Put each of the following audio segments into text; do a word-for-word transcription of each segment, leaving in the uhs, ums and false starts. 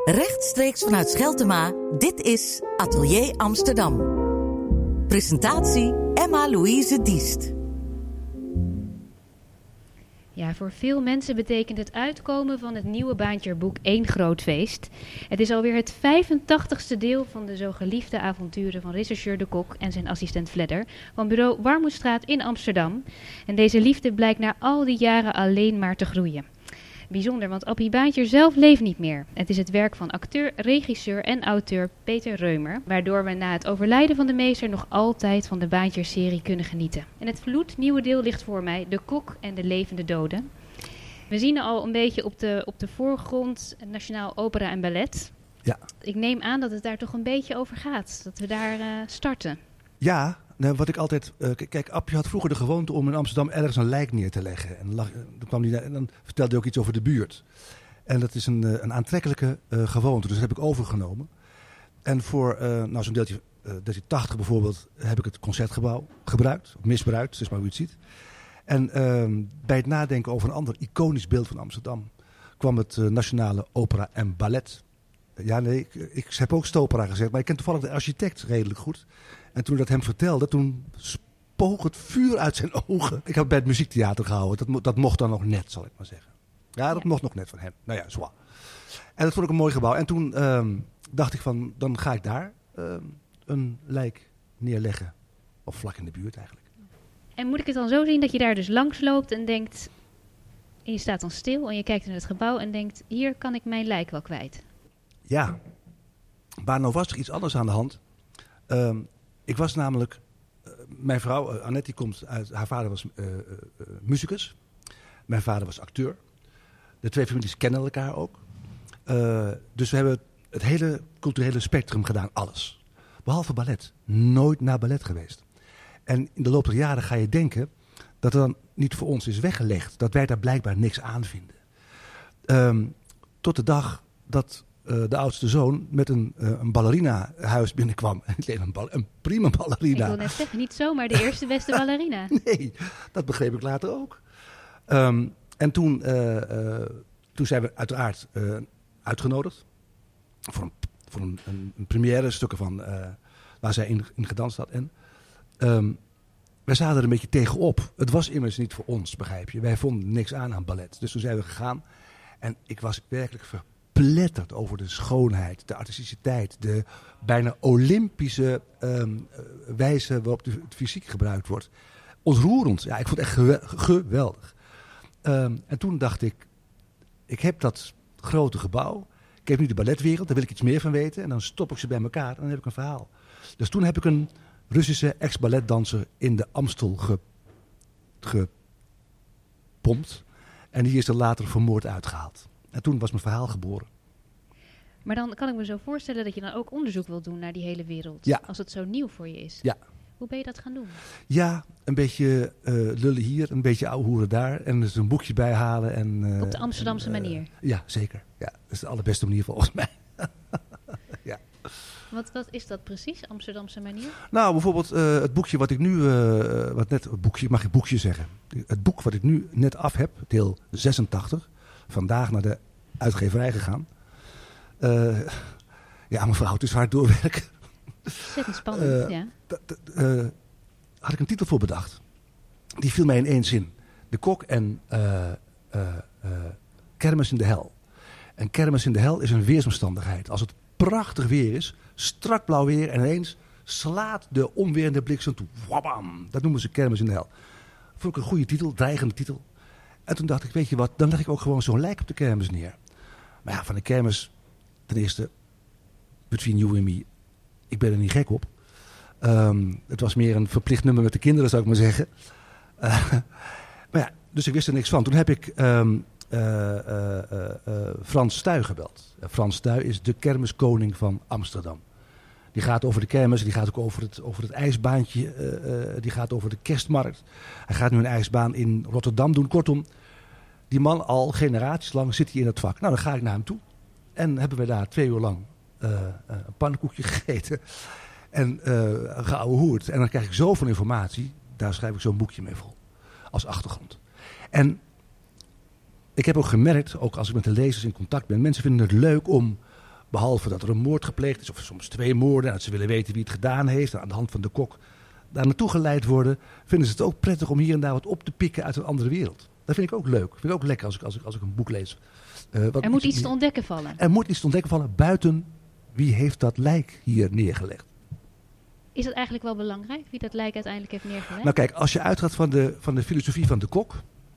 Rechtstreeks vanuit Scheltema, dit is Atelier Amsterdam. Presentatie Emma-Louise Diest. Ja, voor veel mensen betekent het uitkomen van het nieuwe Baantjerboek één groot feest. Het is alweer het vijfentachtigste deel van de zo geliefde avonturen van rechercheur De Kok en zijn assistent Vledder van bureau Warmoestraat in Amsterdam. En deze liefde blijkt na al die jaren alleen maar te groeien. Bijzonder, want Appie Baantjer zelf leeft niet meer. Het is het werk van acteur, regisseur en auteur Peter Reumer, waardoor we na het overlijden van de meester nog altijd van de Baantjer-serie kunnen genieten. En het gloednieuwe deel ligt voor mij, De Kok en de levende doden. We zien al een beetje op de, op de voorgrond Nationaal Opera en Ballet. Ja. Ik neem aan dat het daar toch een beetje over gaat, dat we daar uh, starten. Ja, nou, wat ik altijd... Uh, k- kijk, Appie had vroeger de gewoonte om in Amsterdam ergens een lijk neer te leggen. En, lag, dan, kwam die, en dan vertelde hij ook iets over de buurt. En dat is een, uh, een aantrekkelijke uh, gewoonte, dus dat heb ik overgenomen. En voor uh, nou, zo'n deeltje, uh, deeltje tachtig bijvoorbeeld heb ik het Concertgebouw gebruikt. Of misbruikt, dus maar hoe je het ziet. En uh, bij het nadenken over een ander iconisch beeld van Amsterdam kwam het uh, Nationale Opera en Ballet. Ja, nee, ik, ik heb ook Stopera gezegd, maar ik ken toevallig de architect redelijk goed. En toen ik dat hem vertelde, toen spoog het vuur uit zijn ogen. Ik heb bij het muziektheater gehouden. Dat, mo- dat mocht dan nog net, zal ik maar zeggen. Ja, dat ja. mocht nog net van hem. Nou ja, zwaar. En dat vond ik een mooi gebouw. En toen um, dacht ik van, dan ga ik daar um, een lijk neerleggen. Of vlak in de buurt eigenlijk. En moet ik het dan zo zien dat je daar dus langs loopt en denkt... En je staat dan stil en je kijkt naar het gebouw en denkt... Hier kan ik mijn lijk wel kwijt. Ja, maar nou was er iets anders aan de hand. Um, ik was namelijk... Uh, mijn vrouw, uh, Annette, die komt uit... Haar vader was uh, uh, uh, muzikus. Mijn vader was acteur. De twee families kennen elkaar ook. Uh, dus we hebben het hele culturele spectrum gedaan. Alles. Behalve ballet. Nooit naar ballet geweest. En in de loop der jaren ga je denken... dat het dan niet voor ons is weggelegd. Dat wij daar blijkbaar niks aan vinden. Um, tot de dag dat... Uh, de oudste zoon met een, uh, een ballerina-huis binnenkwam. een, bal- een prima ballerina. Ik wil net zeggen, niet zomaar de eerste beste ballerina. Nee, dat begreep ik later ook. Um, en toen, uh, uh, toen zijn we uiteraard uh, uitgenodigd. Voor een, voor een, een, een première stukken van uh, waar zij in, in gedanst had. En um, wij zaten er een beetje tegenop. Het was immers niet voor ons, begrijp je. Wij vonden niks aan aan ballet. Dus toen zijn we gegaan. En ik was werkelijk verpletterd. Plettert over de schoonheid, de artisticiteit, de bijna Olympische um, wijze waarop de, het fysiek gebruikt wordt. Ontroerend. Ja, ik vond het echt gewe- geweldig. Um, en toen dacht ik, ik heb dat grote gebouw. Ik heb nu de balletwereld, daar wil ik iets meer van weten. En dan stop ik ze bij elkaar en dan heb ik een verhaal. Dus toen heb ik een Russische ex-balletdanser in de Amstel ge, gepompt. En die is er later vermoord uitgehaald. En toen was mijn verhaal geboren. Maar dan kan ik me zo voorstellen dat je dan ook onderzoek wilt doen naar die hele wereld. Ja. Als het zo nieuw voor je is. Ja. Hoe ben je dat gaan doen? Ja, een beetje uh, lullen hier, een beetje ouwehoeren daar. En dus een boekje bijhalen. En, uh, Op de Amsterdamse en, uh, manier? Ja, zeker. Ja, dat is de allerbeste manier volgens mij. Ja. Wat, wat is dat precies, Amsterdamse manier? Nou, bijvoorbeeld uh, het boekje wat ik nu... Uh, wat net, het boekje, mag ik boekje zeggen? Het boek wat ik nu net af heb, deel zesentachtig. Vandaag naar de uitgeverij gegaan. Uh, ja, mijn vrouw, het is hard doorwerken. Ontzettend spannend, uh, ja. D- d- uh, had ik een titel voor bedacht. Die viel mij in één zin. De Kok en uh, uh, uh, Kermis in de Hel. En Kermis in de Hel is een weersomstandigheid. Als het prachtig weer is, strak blauw weer... en ineens slaat de onweerende bliksem toe. Wabam! Dat noemen ze Kermis in de Hel. Vond ik een goede titel, dreigende titel. En toen dacht ik, weet je wat, dan leg ik ook gewoon zo'n lijk op de kermis neer. Maar ja, van de kermis, ten eerste, between you and me, ik ben er niet gek op. Um, het was meer een verplicht nummer met de kinderen, zou ik maar zeggen. Uh, maar ja, dus ik wist er niks van. Toen heb ik um, uh, uh, uh, uh, Frans Stuy gebeld. Uh, Frans Stuy is de kermiskoning van Amsterdam. Die gaat over de kermis, die gaat ook over het, over het ijsbaantje, uh, uh, die gaat over de kerstmarkt. Hij gaat nu een ijsbaan in Rotterdam doen. Kortom, die man al generaties lang zit hij in het vak. Nou, dan ga ik naar hem toe. En hebben we daar twee uur lang uh, uh, een pannenkoekje gegeten. En uh, geouwehoerd. En dan krijg ik zoveel informatie. Daar schrijf ik zo'n boekje mee vol. Als achtergrond. En ik heb ook gemerkt, ook als ik met de lezers in contact ben. Mensen vinden het leuk om behalve dat er een moord gepleegd is, of soms twee moorden, en dat ze willen weten wie het gedaan heeft, en aan de hand van de kok daar naartoe geleid worden, vinden ze het ook prettig om hier en daar wat op te pikken uit een andere wereld. Dat vind ik ook leuk. Dat vind ik ook lekker als ik, als ik, als ik een boek lees. Uh, wat er moet iets, iets te ontdekken vallen. Er moet iets te ontdekken vallen buiten wie heeft dat lijk hier neergelegd. Is het eigenlijk wel belangrijk wie dat lijk uiteindelijk heeft neergelegd? Nou kijk, als je uitgaat van de, van de filosofie van de kok,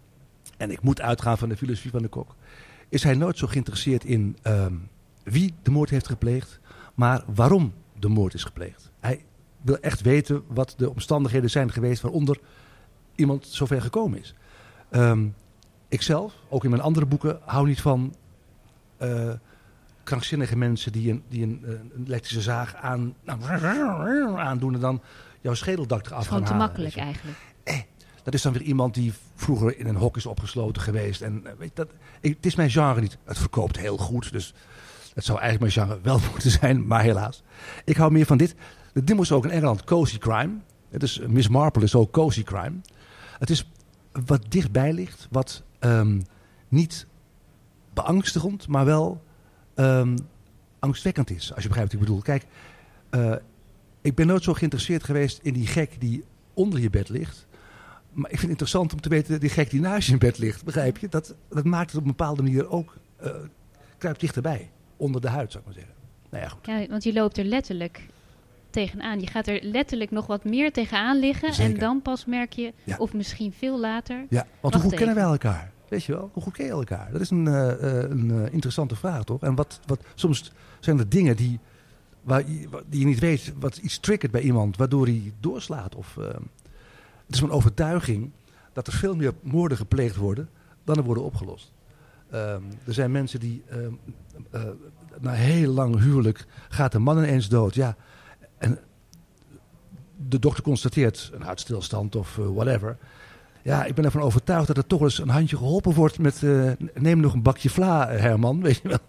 en ik moet uitgaan van de filosofie van de kok, is hij nooit zo geïnteresseerd in um, wie de moord heeft gepleegd, maar waarom de moord is gepleegd. Hij wil echt weten wat de omstandigheden zijn geweest waaronder iemand zover gekomen is. Um, ikzelf, ook in mijn andere boeken, hou niet van uh, krankzinnige mensen die een, die een, een elektrische zaag aan, nou, aandoen en dan jouw schedeldak eraf gaan halen. Gewoon te makkelijk eigenlijk. Eh, dat is dan weer iemand die vroeger in een hok is opgesloten geweest. En, uh, weet je, dat, ik, het is mijn genre niet. Het verkoopt heel goed, dus het zou eigenlijk mijn genre wel moeten zijn, maar helaas. Ik hou meer van dit. De ding is ook in Engeland cozy crime. Het is, Miss Marple is ook cozy crime. Het is wat dichtbij ligt, wat um, niet beangstigend, maar wel um, angstwekkend is. Als je begrijpt wat ik bedoel. Kijk, uh, ik ben nooit zo geïnteresseerd geweest in die gek die onder je bed ligt. Maar ik vind het interessant om te weten, die gek die naast je in bed ligt, begrijp je? Dat, dat maakt het op een bepaalde manier ook, uh, kruipt dichterbij. Onder de huid, zou ik maar zeggen. Nou ja, goed. Ja, want je loopt er letterlijk tegenaan. Je gaat er letterlijk nog wat meer tegenaan liggen. Zeker. En dan pas merk je, ja. of misschien veel later. Ja, want hoe goed kennen wij elkaar? Weet je wel, hoe goed ken je elkaar? Dat is een, uh, een uh, interessante vraag, toch? En wat, wat, soms zijn er dingen die, waar je, die je niet weet, wat iets triggert bij iemand, waardoor hij doorslaat. Of, uh, het is mijn overtuiging dat er veel meer moorden gepleegd worden dan er worden opgelost. Um, er zijn mensen die, um, uh, na heel lang huwelijk, gaat de man ineens dood. Ja, en de dokter constateert een hartstilstand of uh, whatever. Ja, ik ben ervan overtuigd dat er toch eens een handje geholpen wordt met uh, neem nog een bakje vla, Herman, weet je wel.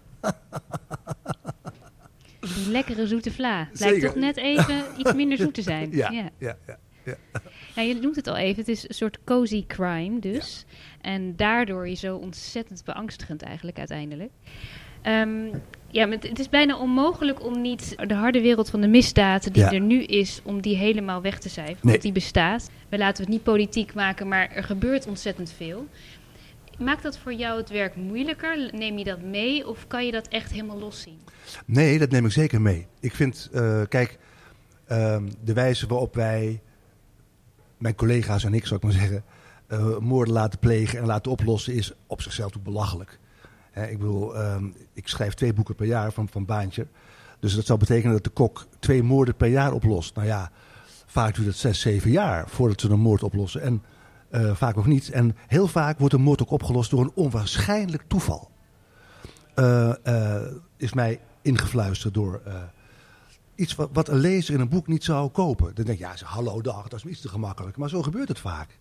Die lekkere zoete vla. Lijkt Zeker. toch net even iets minder zoet te zijn. Ja, ja. ja, ja, ja. Ja, je noemt het al even, het is een soort cozy crime dus. Ja. En daardoor je zo ontzettend beangstigend eigenlijk uiteindelijk. Um, ja, maar het is bijna onmogelijk om niet de harde wereld van de misdaad die ja. er nu is, om die helemaal weg te cijferen. Nee. Want die bestaat. We laten het niet politiek maken, maar er gebeurt ontzettend veel. Maakt dat voor jou het werk moeilijker? Neem je dat mee of kan je dat echt helemaal loszien? Nee, dat neem ik zeker mee. Ik vind, uh, kijk, uh, de wijze waarop wij, mijn collega's en ik zou ik maar zeggen, uh, moorden laten plegen en laten oplossen is op zichzelf ook belachelijk. He, ik bedoel, um, ik schrijf twee boeken per jaar van, van Baantje. Dus dat zou betekenen dat de kok twee moorden per jaar oplost. Nou ja, vaak duurt het zes, zeven jaar voordat ze een moord oplossen. En uh, vaak ook niet. En heel vaak wordt een moord ook opgelost door een onwaarschijnlijk toeval. Uh, uh, is mij ingefluisterd door uh, iets wat, wat een lezer in een boek niet zou kopen. Dan denk je, ja, hallo dag, dat is me iets te gemakkelijk. Maar zo gebeurt het vaak.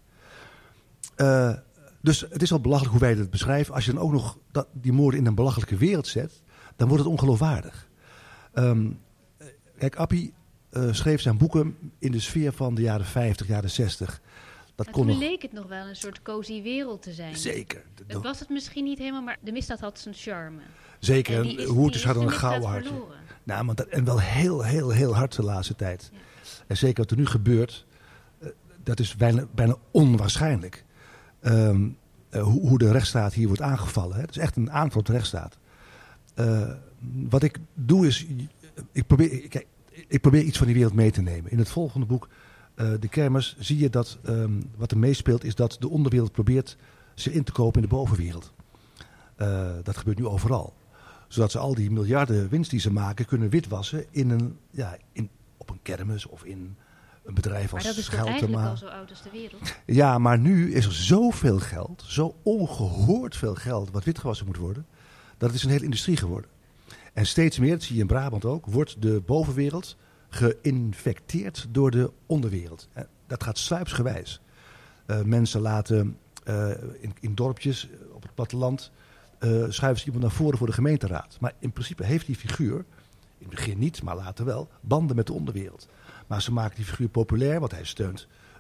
Uh, Dus het is al belachelijk hoe wij dat beschrijven. Als je dan ook nog dat, die moorden in een belachelijke wereld zet, dan wordt het ongeloofwaardig. Um, kijk, Appie uh, schreef zijn boeken in de sfeer van de jaren vijftig, jaren zestig. Dat maar kon toen nog... leek het nog wel een soort cozy wereld te zijn. Zeker. Het was het misschien niet helemaal, maar de misdaad had zijn charme. Zeker, en Hoertjes hadden een gouden hartje. Verloren. Nou, maar dat, en wel heel, heel, heel hard de laatste tijd. Ja. En zeker wat er nu gebeurt, uh, dat is bijna, bijna onwaarschijnlijk. Um, uh, hoe, hoe de rechtsstaat hier wordt aangevallen. Hè. Het is echt een aanval op de rechtsstaat. Uh, wat ik doe is, ik probeer, kijk, ik probeer iets van die wereld mee te nemen. In het volgende boek, uh, De Kermis, zie je dat um, wat er meespeelt is dat de onderwereld probeert zich in te kopen in de bovenwereld. Uh, dat gebeurt nu overal. Zodat ze al die miljarden winst die ze maken kunnen witwassen in een, ja, in, op een kermis of in een bedrijf als Scheltema. Maar dat is toch eigenlijk al zo oud als de wereld? Ja, maar nu is er zoveel geld, zo ongehoord veel geld wat witgewassen moet worden, dat het is een hele industrie geworden. En steeds meer, dat zie je in Brabant ook, wordt de bovenwereld geïnfecteerd door de onderwereld. En dat gaat sluipsgewijs. Uh, mensen laten uh, in, in dorpjes op het platteland uh, schuiven ze iemand naar voren voor de gemeenteraad. Maar in principe heeft die figuur, in het begin niet, maar later wel, banden met de onderwereld. Maar ze maken die figuur populair, want hij steunt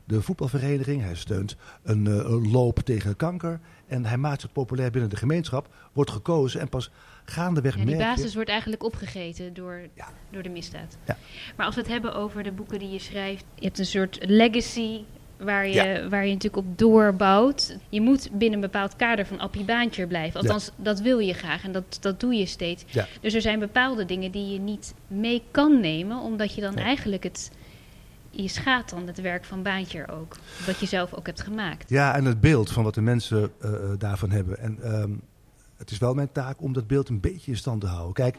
de voetbalvereniging. Hij steunt een, uh, een loop tegen kanker. En hij maakt zich populair binnen de gemeenschap. Wordt gekozen en pas gaandeweg ja, die merk je... basis wordt eigenlijk opgegeten door, ja. door de misdaad. Ja. Maar als we het hebben over de boeken die je schrijft... Je hebt een soort legacy waar je, ja. waar je natuurlijk op doorbouwt. Je moet binnen een bepaald kader van Appie Baantjer blijven. Althans, ja. dat wil je graag en dat, dat doe je steeds. Ja. Dus er zijn bepaalde dingen die je niet mee kan nemen... omdat je dan ja. eigenlijk het... Je schaadt dan het werk van Baantjer ook. Wat je zelf ook hebt gemaakt. Ja, en het beeld van wat de mensen uh, daarvan hebben. En um, het is wel mijn taak om dat beeld een beetje in stand te houden. Kijk,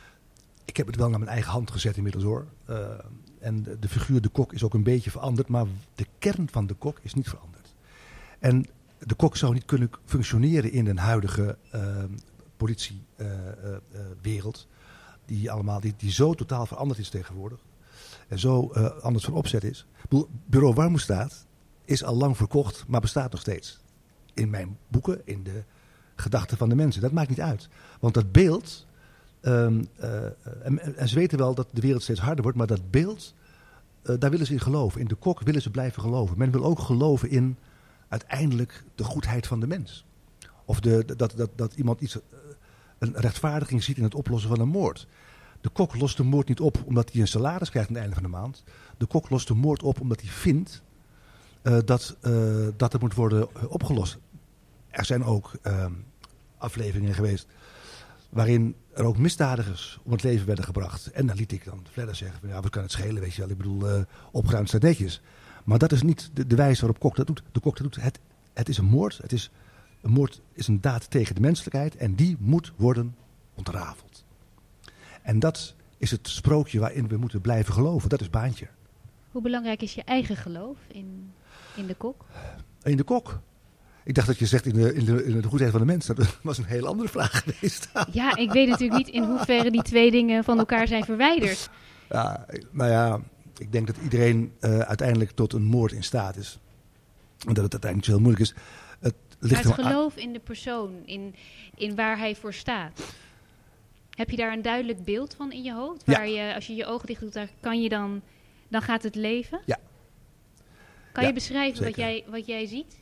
ik heb het wel naar mijn eigen hand gezet inmiddels hoor. Uh, en de, de figuur de Kok is ook een beetje veranderd. Maar de kern van de Kok is niet veranderd. En de Kok zou niet kunnen functioneren in een huidige uh, politiewereld. Uh, uh, uh, die, allemaal, die, die zo totaal veranderd is tegenwoordig. En zo uh, anders van opzet is. Bureau Warmoestraat is al lang verkocht, maar bestaat nog steeds. In mijn boeken, in de gedachten van de mensen. Dat maakt niet uit. Want dat beeld... Um, uh, en, en ze weten wel dat de wereld steeds harder wordt, maar dat beeld, uh, daar willen ze in geloven. In de Kok willen ze blijven geloven. Men wil ook geloven in uiteindelijk de goedheid van de mens. Of de, dat, dat, dat iemand iets, uh, een rechtvaardiging ziet in het oplossen van een moord. De Kok lost de moord niet op omdat hij een salaris krijgt aan het einde van de maand. De Kok lost de moord op omdat hij vindt uh, dat, uh, dat het moet worden uh, opgelost. Er zijn ook uh, afleveringen geweest waarin er ook misdadigers om het leven werden gebracht. En dan liet ik dan verder zeggen, ja, wat kan het schelen, weet je wel. Ik bedoel, uh, opgeruimd staat netjes. Maar dat is niet de, de wijze waarop Kok dat doet. De Kok dat doet. Het, het is een moord. Het is, een moord is een daad tegen de menselijkheid en die moet worden ontrafeld. En dat is het sprookje waarin we moeten blijven geloven. Dat is Baantje. Hoe belangrijk is je eigen geloof in, in de Kok? In de Kok? Ik dacht dat je zegt in de, in, de, in de goedheid van de mens. Dat was een heel andere vraag geweest. Ja, ik weet natuurlijk niet in hoeverre die twee dingen van elkaar zijn verwijderd. Ja, nou ja, ik denk dat iedereen uh, uiteindelijk tot een moord in staat is. En dat het uiteindelijk zo heel moeilijk is. Het ligt maar het geloof in de persoon, in, in waar hij voor staat. Heb je daar een duidelijk beeld van in je hoofd? Waar ja. je, als je je ogen dicht doet, daar kan je dan, dan gaat het leven? Ja. Kan ja, je beschrijven wat jij, wat jij ziet?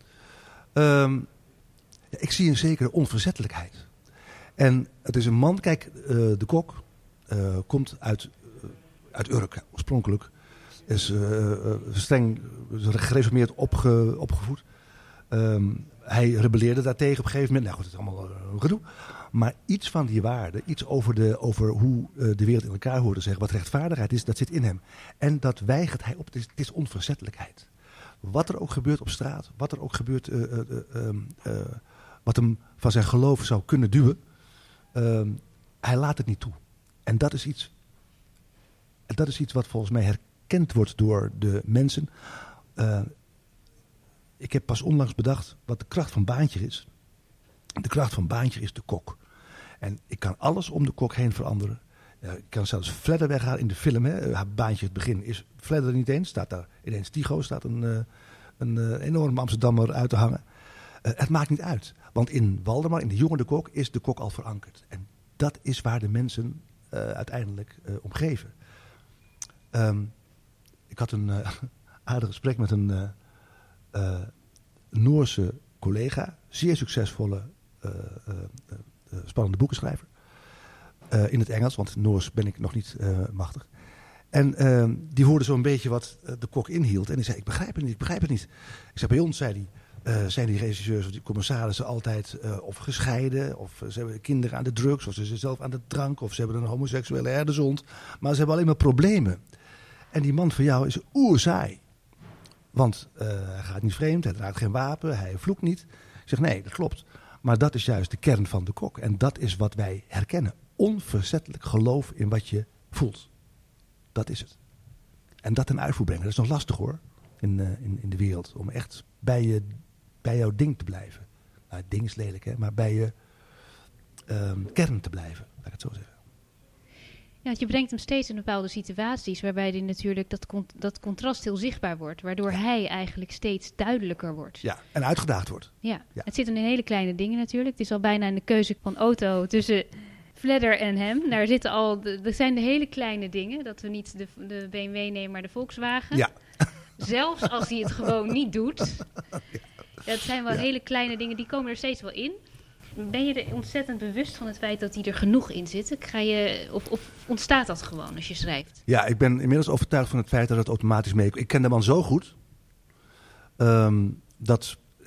Um, ja, ik zie een zekere onverzettelijkheid. En het is een man, kijk, uh, de Kok uh, komt uit, uh, uit Urk oorspronkelijk. Is uh, uh, streng gereformeerd opge, opgevoed. Um, hij rebelleerde daartegen op een gegeven moment. Nou goed, het is allemaal uh, gedoe. Maar iets van die waarde, iets over, de, over hoe uh, de wereld in elkaar hoort te zeggen, wat rechtvaardigheid is, dat zit in hem. En dat weigert hij op. Het is, het is onverzettelijkheid. Wat er ook gebeurt op straat, wat er ook gebeurt, uh, uh, uh, uh, wat hem van zijn geloof zou kunnen duwen, uh, hij laat het niet toe. En dat is iets, dat is iets wat volgens mij herkend wordt door de mensen. Uh, ik heb pas onlangs bedacht wat de kracht van Baantje is. De kracht van Baantje is de Kok. En ik kan alles om de Kok heen veranderen. Uh, ik kan zelfs Fledder weghalen in de film. Hè. Baantje het begin is Fledder er niet eens. Staat daar ineens Tycho, staat een, uh, een uh, enorme Amsterdammer uit te hangen. Uh, het maakt niet uit. Want in Waldemar, in de jonge de Kok, is de Kok al verankerd. En dat is waar de mensen uh, uiteindelijk uh, om geven. Um, ik had een uh, aardig gesprek met een uh, uh, Noorse collega. Zeer succesvolle, uh, uh, uh, spannende boekenschrijver. Uh, in het Engels, want Noors ben ik nog niet uh, machtig. En uh, die hoorde zo'n beetje wat uh, de Kok inhield. En die zei, ik begrijp het niet, ik begrijp het niet. Ik zei, bij ons, zei die, uh, zijn die regisseurs of die commissarissen altijd uh, of gescheiden. Of uh, ze hebben kinderen aan de drugs, of ze zijn zelf aan de drank. Of ze hebben een homoseksuele herdershond. Maar ze hebben alleen maar problemen. En die man van jou is oerzaai. Want uh, hij gaat niet vreemd, hij draagt geen wapen, hij vloekt niet. Ik zeg, nee, dat klopt. Maar dat is juist de kern van de Kok. En dat is wat wij herkennen. Onverzettelijk geloof in wat je voelt. Dat is het. En dat ten uitvoer brengen, dat is nog lastig hoor. In, uh, in, in de wereld. Om echt bij, je, bij jouw ding te blijven. Nou, het ding is lelijk hè. Maar bij je um, kern te blijven. Laat ik het zo zeggen. Ja, want je brengt hem steeds in bepaalde situaties waarbij die natuurlijk dat, cont- dat contrast heel zichtbaar wordt. Waardoor ja. hij eigenlijk steeds duidelijker wordt. Ja, en uitgedaagd wordt. Ja. ja, het zit in hele kleine dingen natuurlijk. Het is al bijna in de keuze van auto tussen Fledder en hem. Daar zitten al, de, er zijn de hele kleine dingen. Dat we niet de, de B M W nemen, maar de Volkswagen. Ja. Zelfs als hij het gewoon niet doet. Dat zijn wel Ja. hele kleine dingen, die komen er steeds wel in. Ben je er ontzettend bewust van het feit dat die er genoeg in zitten? Ga je, of, of ontstaat dat gewoon als je schrijft? Ja, ik ben inmiddels overtuigd van het feit dat het automatisch mee... Ik ken de man zo goed, um, dat... Uh,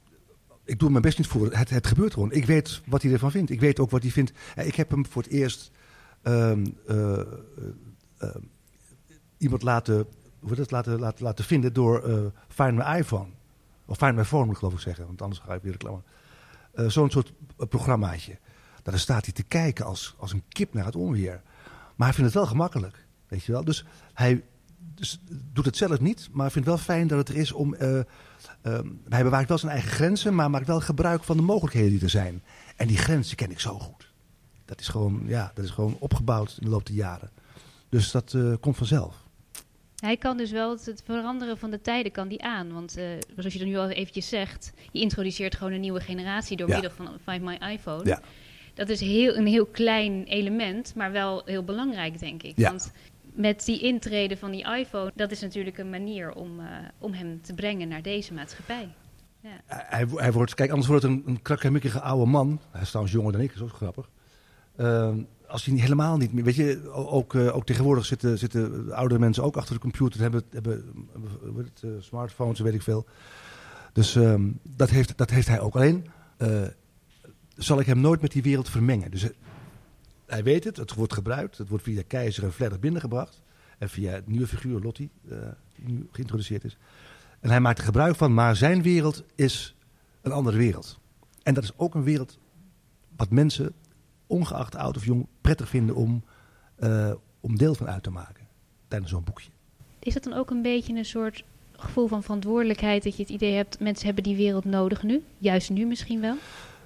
ik doe mijn best niet voor. Het, het gebeurt gewoon. Ik weet wat hij ervan vindt. Ik weet ook wat hij vindt. Ik heb hem voor het eerst... Um, uh, uh, uh, iemand laten, hoe het, laten, laten, laten vinden door uh, Find My iPhone. Of Find My Phone, moet ik geloof ik zeggen. Want anders ga ik weer reclame. Uh, zo'n soort uh, programmaatje. Daar staat hij te kijken als, als een kip naar het onweer. Maar hij vindt het wel gemakkelijk. Weet je wel? Dus hij dus, doet het zelf niet. Maar vindt het wel fijn dat het er is om... Uh, uh, hij bewaakt wel zijn eigen grenzen. Maar maakt wel gebruik van de mogelijkheden die er zijn. En die grenzen ken ik zo goed. Dat is gewoon, ja, dat is gewoon opgebouwd in de loop der jaren. Dus dat uh, komt vanzelf. Hij kan dus wel het, het veranderen van de tijden kan die aan. Want uh, zoals je er nu al eventjes zegt... je introduceert gewoon een nieuwe generatie door Ja. middel van Find My iPhone. Ja. Dat is heel, een heel klein element, maar wel heel belangrijk, denk ik. Ja. Want met die intrede van die iPhone... dat is natuurlijk een manier om, uh, om hem te brengen naar deze maatschappij. Ja. Hij, hij wordt, kijk, anders wordt het een, een krakkemikkige oude man. Hij is trouwens jonger dan ik, dat is ook grappig. Uh, als hij helemaal niet meer... Weet je, ook, uh, ook tegenwoordig zitten, zitten oudere mensen ook achter de computer. Hebben, hebben, hebben het, uh, smartphones, weet ik veel. Dus um, dat, heeft, dat heeft hij ook. Alleen uh, zal ik hem nooit met die wereld vermengen. Dus uh, hij weet het, het wordt gebruikt. Het wordt via Keizer en Fledder binnengebracht. En via het nieuwe figuur Lottie, uh, die nu geïntroduceerd is. En hij maakt er gebruik van, maar zijn wereld is een andere wereld. En dat is ook een wereld wat mensen... ongeacht oud of jong, prettig vinden om, uh, om deel van uit te maken. Tijdens zo'n boekje. Is dat dan ook een beetje een soort gevoel van verantwoordelijkheid... dat je het idee hebt, mensen hebben die wereld nodig nu? Juist nu misschien wel?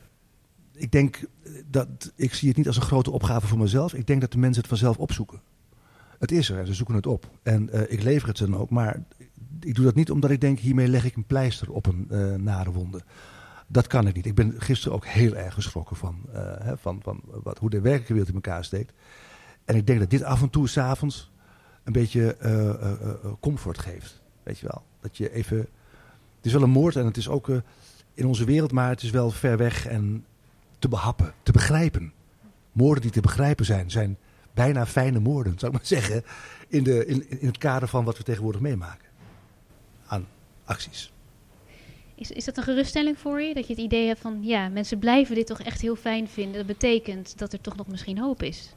Ik denk dat, ik zie het niet als een grote opgave voor mezelf. Ik denk dat de mensen het vanzelf opzoeken. Het is er en ze zoeken het op. En uh, ik lever het ze dan ook. Maar ik doe dat niet omdat ik denk, hiermee leg ik een pleister op een uh, nare wonde. Dat kan ik niet. Ik ben gisteren ook heel erg geschrokken van, uh, hè, van, van wat, hoe de werkelijke wereld in elkaar steekt. En ik denk dat dit af en toe 's avonds een beetje uh, uh, uh, comfort geeft. Weet je wel. Dat je even... Het is wel een moord en het is ook uh, in onze wereld, maar het is wel ver weg en te behappen, te begrijpen. Moorden die te begrijpen zijn, zijn bijna fijne moorden, zou ik maar zeggen. In, de, in, in het kader van wat we tegenwoordig meemaken. Aan acties. Is, is dat een geruststelling voor je? Dat je het idee hebt van, ja, mensen blijven dit toch echt heel fijn vinden. Dat betekent dat er toch nog misschien hoop is.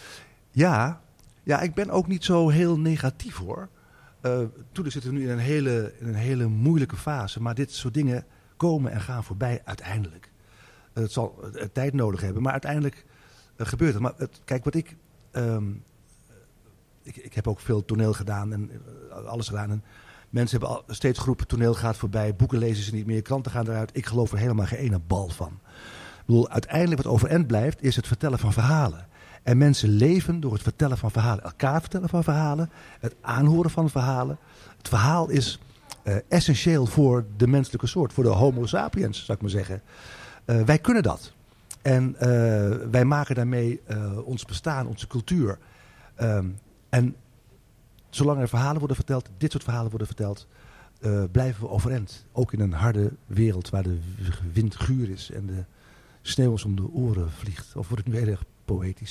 Ja, ja, ik ben ook niet zo heel negatief hoor. Uh, toen zitten we nu in een, hele, in een hele moeilijke fase. Maar dit soort dingen komen en gaan voorbij uiteindelijk. Uh, het zal uh, tijd nodig hebben, maar uiteindelijk uh, gebeurt het. Maar het, kijk, wat ik, um, ik... Ik heb ook veel toneel gedaan en uh, alles gedaan. En mensen hebben al steeds geroepen, toneel gaat voorbij, boeken lezen ze niet meer, kranten gaan eruit. Ik geloof er helemaal geen ene bal van. Ik bedoel, uiteindelijk wat overeind blijft, is het vertellen van verhalen. En mensen leven door het vertellen van verhalen. Elkaar vertellen van verhalen, het aanhoren van verhalen. Het verhaal is uh, essentieel voor de menselijke soort, voor de homo sapiens, zou ik maar zeggen. Uh, wij kunnen dat. En uh, wij maken daarmee uh, ons bestaan, onze cultuur. Um, en zolang er verhalen worden verteld, dit soort verhalen worden verteld, uh, blijven we overeind. Ook in een harde wereld waar de wind guur is en de sneeuw ons om de oren vliegt. Of wordt het nu heel erg poëtisch?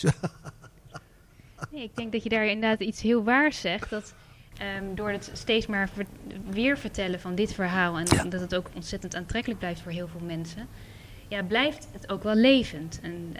Nee, ik denk dat je daar inderdaad iets heel waars zegt. Dat um, door het steeds maar ver- weer vertellen van dit verhaal... en Ja. dat het ook ontzettend aantrekkelijk blijft voor heel veel mensen... ja, blijft het ook wel levend. En, uh...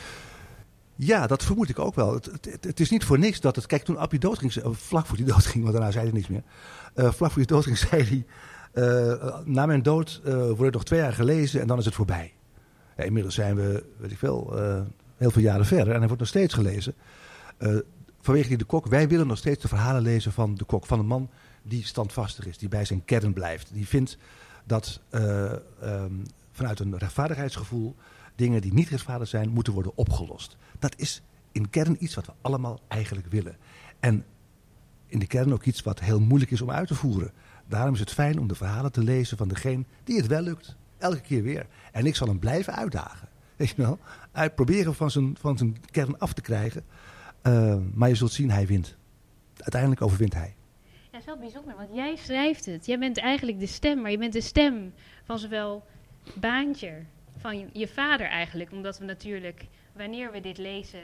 Ja, dat vermoed ik ook wel. Het, het, het is niet voor niks dat het... Kijk, toen Appie doodging, vlak voor hij doodging, want daarna zei hij niks meer. Uh, vlak voor hij doodging zei hij... Uh, na mijn dood uh, wordt het nog twee jaar gelezen en dan is het voorbij. Ja, inmiddels zijn we, weet ik veel, uh, heel veel jaren verder en hij wordt nog steeds gelezen. Uh, vanwege die de Kok, wij willen nog steeds de verhalen lezen van de Kok. Van een man die standvastig is, die bij zijn kern blijft. Die vindt dat uh, um, vanuit een rechtvaardigheidsgevoel... dingen die niet rechtvaardig zijn, moeten worden opgelost. Dat is in kern iets wat we allemaal eigenlijk willen. En in de kern ook iets wat heel moeilijk is om uit te voeren. Daarom is het fijn om de verhalen te lezen van degene die het wel lukt. Elke keer weer. En ik zal hem blijven uitdagen. Weet je wel? Uit proberen van zijn, van zijn kern af te krijgen. Uh, maar je zult zien, hij wint. Uiteindelijk overwint hij. Ja, is wel bijzonder, want jij schrijft het. Jij bent eigenlijk de stem, maar je bent de stem van zowel Baantje, van je, je vader eigenlijk. Omdat we natuurlijk, wanneer we dit lezen,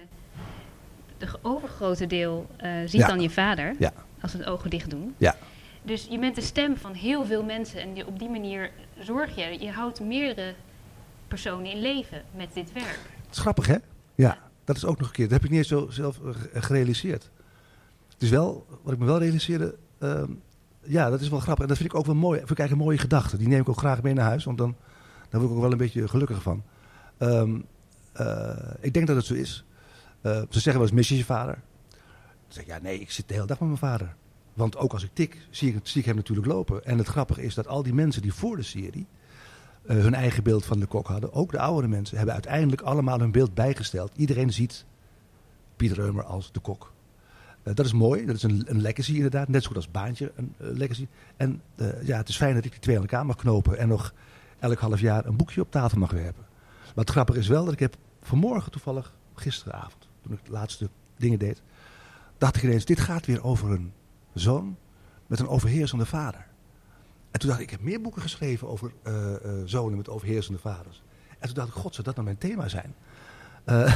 het overgrote deel uh, ziet Ja. dan je vader. Ja. Als we het ogen dicht doen. Ja. Dus je bent de stem van heel veel mensen. En je, op die manier zorg je, je houdt meerdere personen in leven met dit werk. Het is grappig, hè? Ja, dat is ook nog een keer. Dat heb ik niet eens zo zelf uh, gerealiseerd. Het is wel, wat ik me wel realiseerde, uh, ja, dat is wel grappig. En dat vind ik ook wel mooi. Vind ik eigenlijk een mooie gedachte. Die neem ik ook graag mee naar huis, want dan, daar word ik ook wel een beetje gelukkig van. Um, uh, ik denk dat het zo is. Uh, ze zeggen wel eens, mis je je vader? Dan zeg ik, ja, nee, ik zit de hele dag met mijn vader. Want ook als ik tik, zie ik, zie ik hem natuurlijk lopen. En het grappige is dat al die mensen die voor de serie uh, hun eigen beeld van de Kok hadden, ook de oudere mensen, hebben uiteindelijk allemaal hun beeld bijgesteld. Iedereen ziet Piet Reumer als de Kok. Uh, dat is mooi, dat is een, een legacy inderdaad. Net zo goed als Baantje een uh, legacy. En uh, ja, het is fijn dat ik die twee aan elkaar mag knopen en nog elk half jaar een boekje op tafel mag werpen. Maar het grappige is wel dat ik heb vanmorgen toevallig, gisteravond, toen ik de laatste dingen deed, dacht ik ineens, dit gaat weer over een zoon met een overheersende vader. En toen dacht ik, ik heb meer boeken geschreven over uh, uh, zonen met overheersende vaders. En toen dacht ik, god, zou dat nou mijn thema zijn? Uh,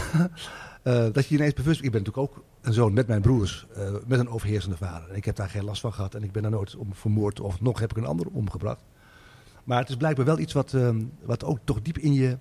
uh, dat je ineens bewust... Ik ben natuurlijk ook een zoon met mijn broers, uh, met een overheersende vader. En ik heb daar geen last van gehad en ik ben daar nooit om vermoord of nog heb ik een ander omgebracht. Maar het is blijkbaar wel iets wat, uh, wat ook toch diep in je,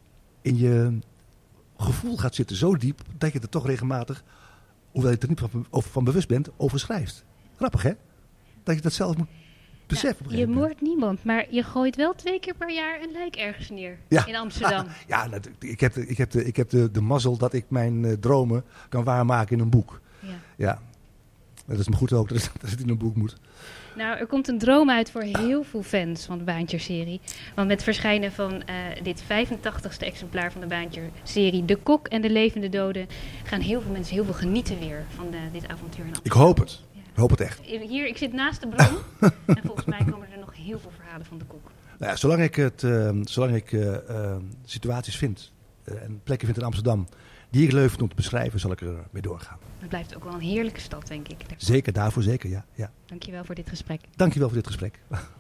in je gevoel gaat zitten. Zo diep dat je er toch regelmatig, hoewel je er niet van, of van bewust bent, over schrijft. Grappig, hè? Dat je dat zelf moet beseffen. Ja, je moordt niemand, maar je gooit wel twee keer per jaar een lijk ergens neer Ja. in Amsterdam. Ja, ja, ik heb, de, ik heb, de, ik heb de, de mazzel dat ik mijn uh, dromen kan waarmaken in een boek. Ja. Ja, dat is me goed ook dat het, dat het in een boek moet. Nou, er komt een droom uit voor heel veel fans van de Baantje-serie. Want met het verschijnen van uh, dit vijfentachtigste exemplaar van de Baantje-serie, De Kok en de Levende Doden, gaan heel veel mensen heel veel genieten weer van de, dit avontuur in Amsterdam. Ik hoop het. Ja. Ik hoop het echt. Hier, ik zit naast de bron en volgens mij komen er nog heel veel verhalen van de Kok. Nou ja, zolang ik, het, uh, zolang ik uh, uh, situaties vind uh, en plekken vind in Amsterdam die ik leuk vind om te beschrijven, zal ik er mee doorgaan. Het blijft ook wel een heerlijke stad, denk ik. Zeker, daarvoor zeker, ja. ja. Dankjewel voor dit gesprek. Dankjewel voor dit gesprek.